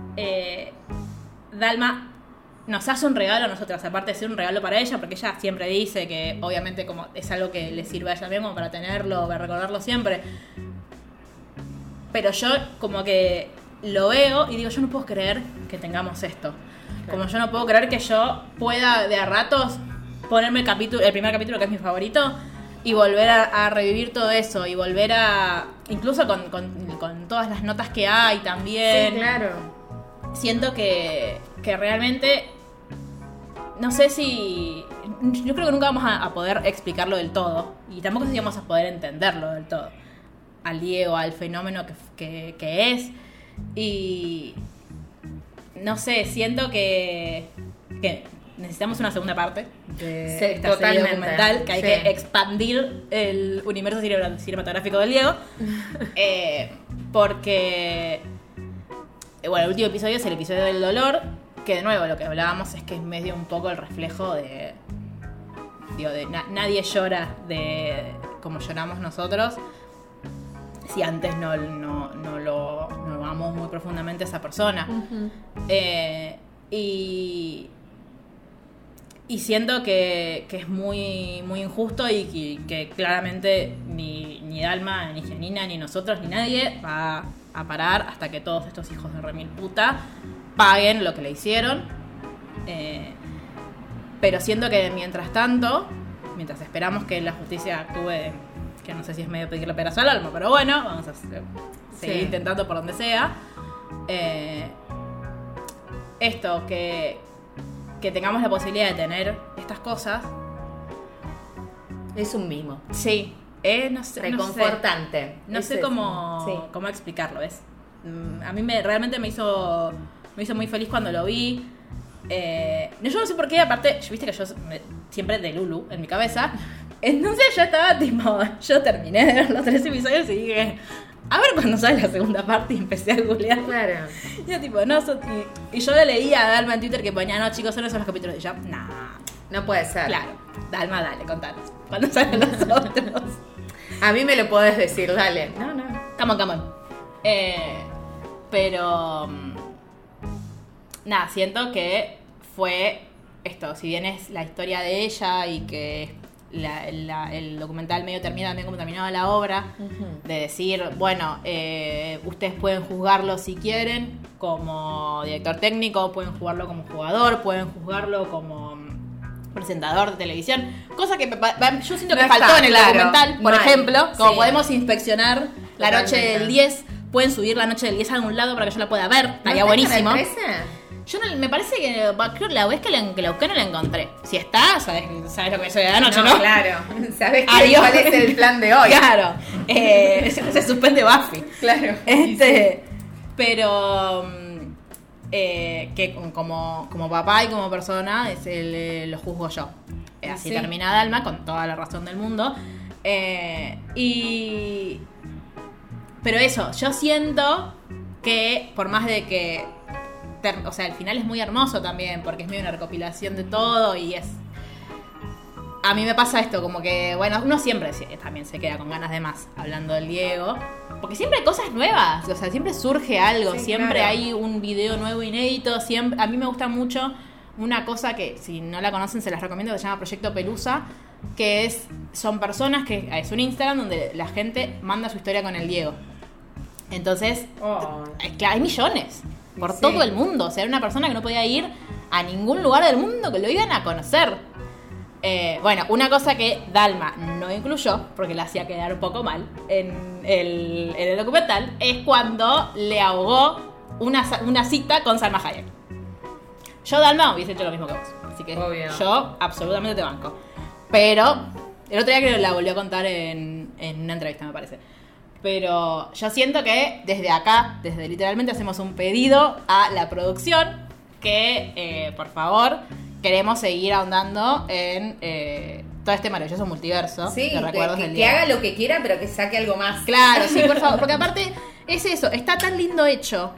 Dalma nos hace un regalo a nosotras, aparte de ser un regalo para ella, porque ella siempre dice que obviamente como es algo que le sirve a ella misma para tenerlo, para recordarlo siempre. Pero yo como que lo veo y digo, yo no puedo creer que tengamos esto. Como yo no puedo creer que yo pueda de a ratos ponerme el primer capítulo que es mi favorito y volver a revivir todo eso y volver a incluso con todas las notas que hay también. Sí, claro. Siento que realmente, no sé si... Yo creo que nunca vamos a poder explicarlo del todo. Y tampoco sé si vamos a poder entenderlo del todo. Al Diego, al fenómeno que es. Y... no sé, siento que necesitamos una segunda parte de esta serie documental, que hay que expandir el universo cinematográfico del Diego. Porque... bueno, el último episodio es el episodio del dolor, que de nuevo lo que hablábamos es que es medio un poco el reflejo de... nadie llora de como lloramos nosotros si antes no lo amamos muy profundamente a esa persona. Uh-huh. Y siento que es muy, muy injusto y que claramente ni Dalma, ni Giannina, ni nosotros, ni nadie va a parar hasta que todos estos hijos de remil puta paguen lo que le hicieron. Pero siento que mientras tanto, mientras esperamos que la justicia actúe, que no sé si es medio pedirle pedazo al alma, pero bueno, vamos a seguir intentando por donde sea. Esto, que tengamos la posibilidad de tener estas cosas es un mimo. Sí, no sé. Reconfortante. No sé cómo explicarlo, ¿ves? A mí realmente me hizo muy feliz cuando lo vi. Yo no sé por qué, aparte, viste que yo siempre de Lulu en mi cabeza. Entonces yo estaba tipo, yo terminé de ver los 3 episodios y dije, a ver cuándo sale la segunda parte, y empecé a googlear. Claro. Y yo tipo, no, y yo le leía a Dalma en Twitter que ponía, no chicos, son esos los capítulos, y yo, no puede ser. Claro, Dalma, dale, contanos, ¿cuándo salen los otros? A mí me lo podés decir, dale. No. Come on. Pero nada, siento que fue esto, si bien es la historia de ella y que el documental medio termina también como terminaba la obra, uh-huh. De decir, bueno, ustedes pueden juzgarlo si quieren como director técnico, pueden jugarlo como jugador, pueden juzgarlo como presentador de televisión, cosa que yo siento que faltó en el documental, por ejemplo, como podemos inspeccionar la noche del 10, pueden subir la noche del 10 a algún lado para que yo la pueda ver, estaría buenísimo. Yo me parece que creo que la vez que la busqué no la encontré. Si está, sabes lo que soy de la noche, ¿no? Claro, sabes cuál es el plan de hoy. Claro, se suspende Buffy. Claro. Pero que como papá y como persona lo juzgo yo. Así termina Dalma, con toda la razón del mundo. Pero eso, yo siento que por más de que o sea, el final es muy hermoso también, porque es medio una recopilación de todo y es... A mí me pasa esto, como que, bueno, uno siempre también se queda con ganas de más hablando del Diego, porque siempre hay cosas nuevas, o sea, siempre surge algo, siempre hay un video nuevo inédito, siempre... A mí me gusta mucho una cosa que, si no la conocen, se las recomiendo, que se llama Proyecto Pelusa, que son personas que... Es un Instagram donde la gente manda su historia con el Diego. Entonces, claro, hay millones por todo el mundo. O sea, era una persona que no podía ir a ningún lugar del mundo que lo iban a conocer. Bueno, una cosa que Dalma no incluyó, porque la hacía quedar un poco mal en el documental, es cuando le ahogó una cita con Salma Hayek. Yo, Dalma, hubiese hecho lo mismo que vos. Así que yo absolutamente te banco. Pero el otro día creo que la volvió a contar en una entrevista, me parece. Pero yo siento que desde acá, desde literalmente, hacemos un pedido a la producción que, por favor, queremos seguir ahondando en todo este maravilloso multiverso de recuerdos del día. Que haga lo que quiera, pero que saque algo más. Claro, sí, por favor, porque aparte es eso, está tan lindo hecho.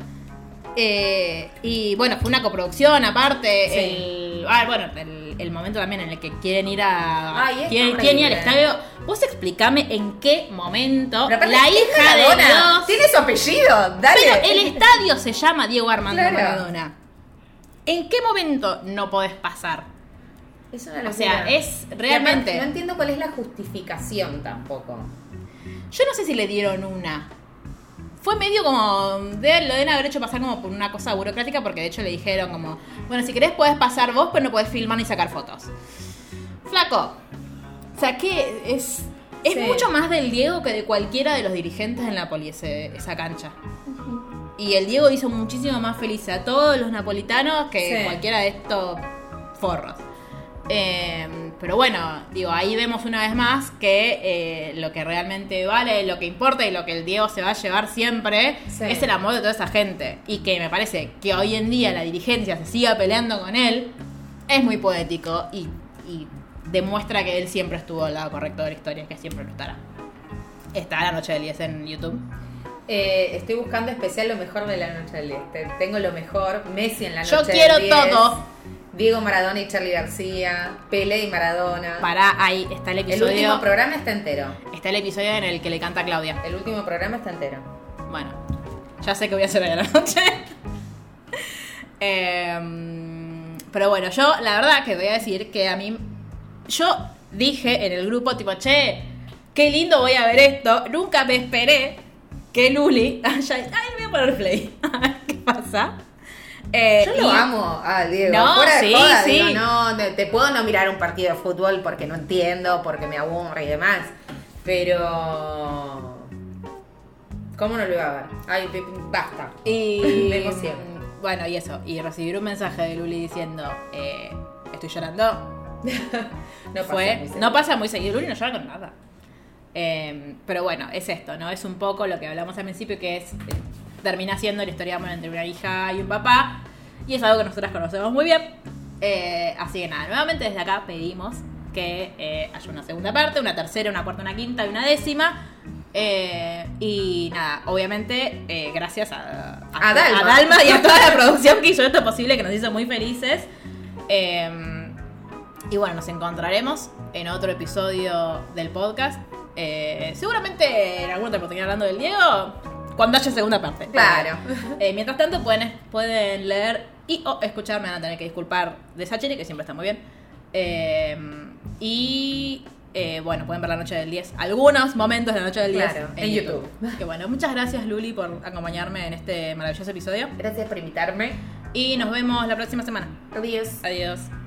Y bueno, fue una coproducción aparte. El momento también en el que quieren ir quieren ir al estadio. Vos explícame en qué momento la hija de Dios tiene su apellido, dale. Pero el estadio se llama Diego Armando Maradona. ¿En qué momento no podés pasar? Es una locura. O sea, es realmente... No entiendo cuál es la justificación tampoco. Yo no sé si le dieron una. Fue medio como... Lo deben haber hecho pasar como por una cosa burocrática, porque de hecho le dijeron como... Bueno, si querés podés pasar vos, pero no podés filmar ni sacar fotos. Flaco. O sea, ¿qué es? Es Sí. mucho más del Diego que de cualquiera de los dirigentes en Napoli esa cancha. Y el Diego hizo muchísimo más feliz a todos los napolitanos que Sí. cualquiera de estos forros. Pero bueno, digo, ahí vemos una vez más que lo que realmente vale, lo que importa y lo que el Diego se va a llevar siempre Sí. es el amor de toda esa gente. Y que me parece que hoy en día la dirigencia se siga peleando con él es muy poético y demuestra que él siempre estuvo al lado correcto de la historia, que siempre lo estará. Está La Noche del 10 en YouTube. Estoy buscando especial lo mejor de la Noche del 10. Tengo lo mejor, Messi en la Noche Yo del quiero 10, todo. Diego Maradona y Charly García, Pelé y Maradona. Ahí está el El episodio. último programa está entero. Está el episodio en el que le canta a Claudia. El último programa está entero. Bueno, ya sé que voy a hacer hoy a la noche. Pero bueno, yo la verdad que voy a decir que a mí... Yo dije en el grupo tipo, che, qué lindo voy a ver esto. Nunca me esperé que Luli... Ay, voy a poner play. ¿Qué pasa? Yo lo amo a Diego. No, Fuera de sí, joda, sí. digo, no, te puedo no mirar un partido de fútbol porque no entiendo, porque me aburre y demás. Pero... ¿Cómo no lo iba a ver? Ay, basta. Y Me emociono. bueno, y eso. Y recibir un mensaje de Luli diciendo, estoy llorando. No pasa muy seguido. Luli no llora con nada. Pero bueno, es esto, ¿no? Es un poco lo que hablamos al principio, que es termina siendo la historia de amor entre una hija y un papá. Y es algo que nosotras conocemos muy bien. Así que nada, nuevamente desde acá pedimos que haya una segunda parte, una tercera, una cuarta, una quinta y una décima. Y nada, obviamente gracias a Dalma y a toda la producción que hizo esto posible, que nos hizo muy felices. Y bueno, nos encontraremos en otro episodio del podcast. Seguramente en alguna otra oportunidad hablando del Diego, cuando haya segunda parte. Claro. Mientras tanto pueden leer y o escucharme, van a tener que disculpar de Sacheri, que siempre está muy bien. Bueno, pueden ver La Noche del 10, algunos momentos de La Noche del 10 Claro, en YouTube. Que bueno, muchas gracias Luli por acompañarme en este maravilloso episodio. Gracias por invitarme. Y nos vemos la próxima semana. Adiós. Adiós.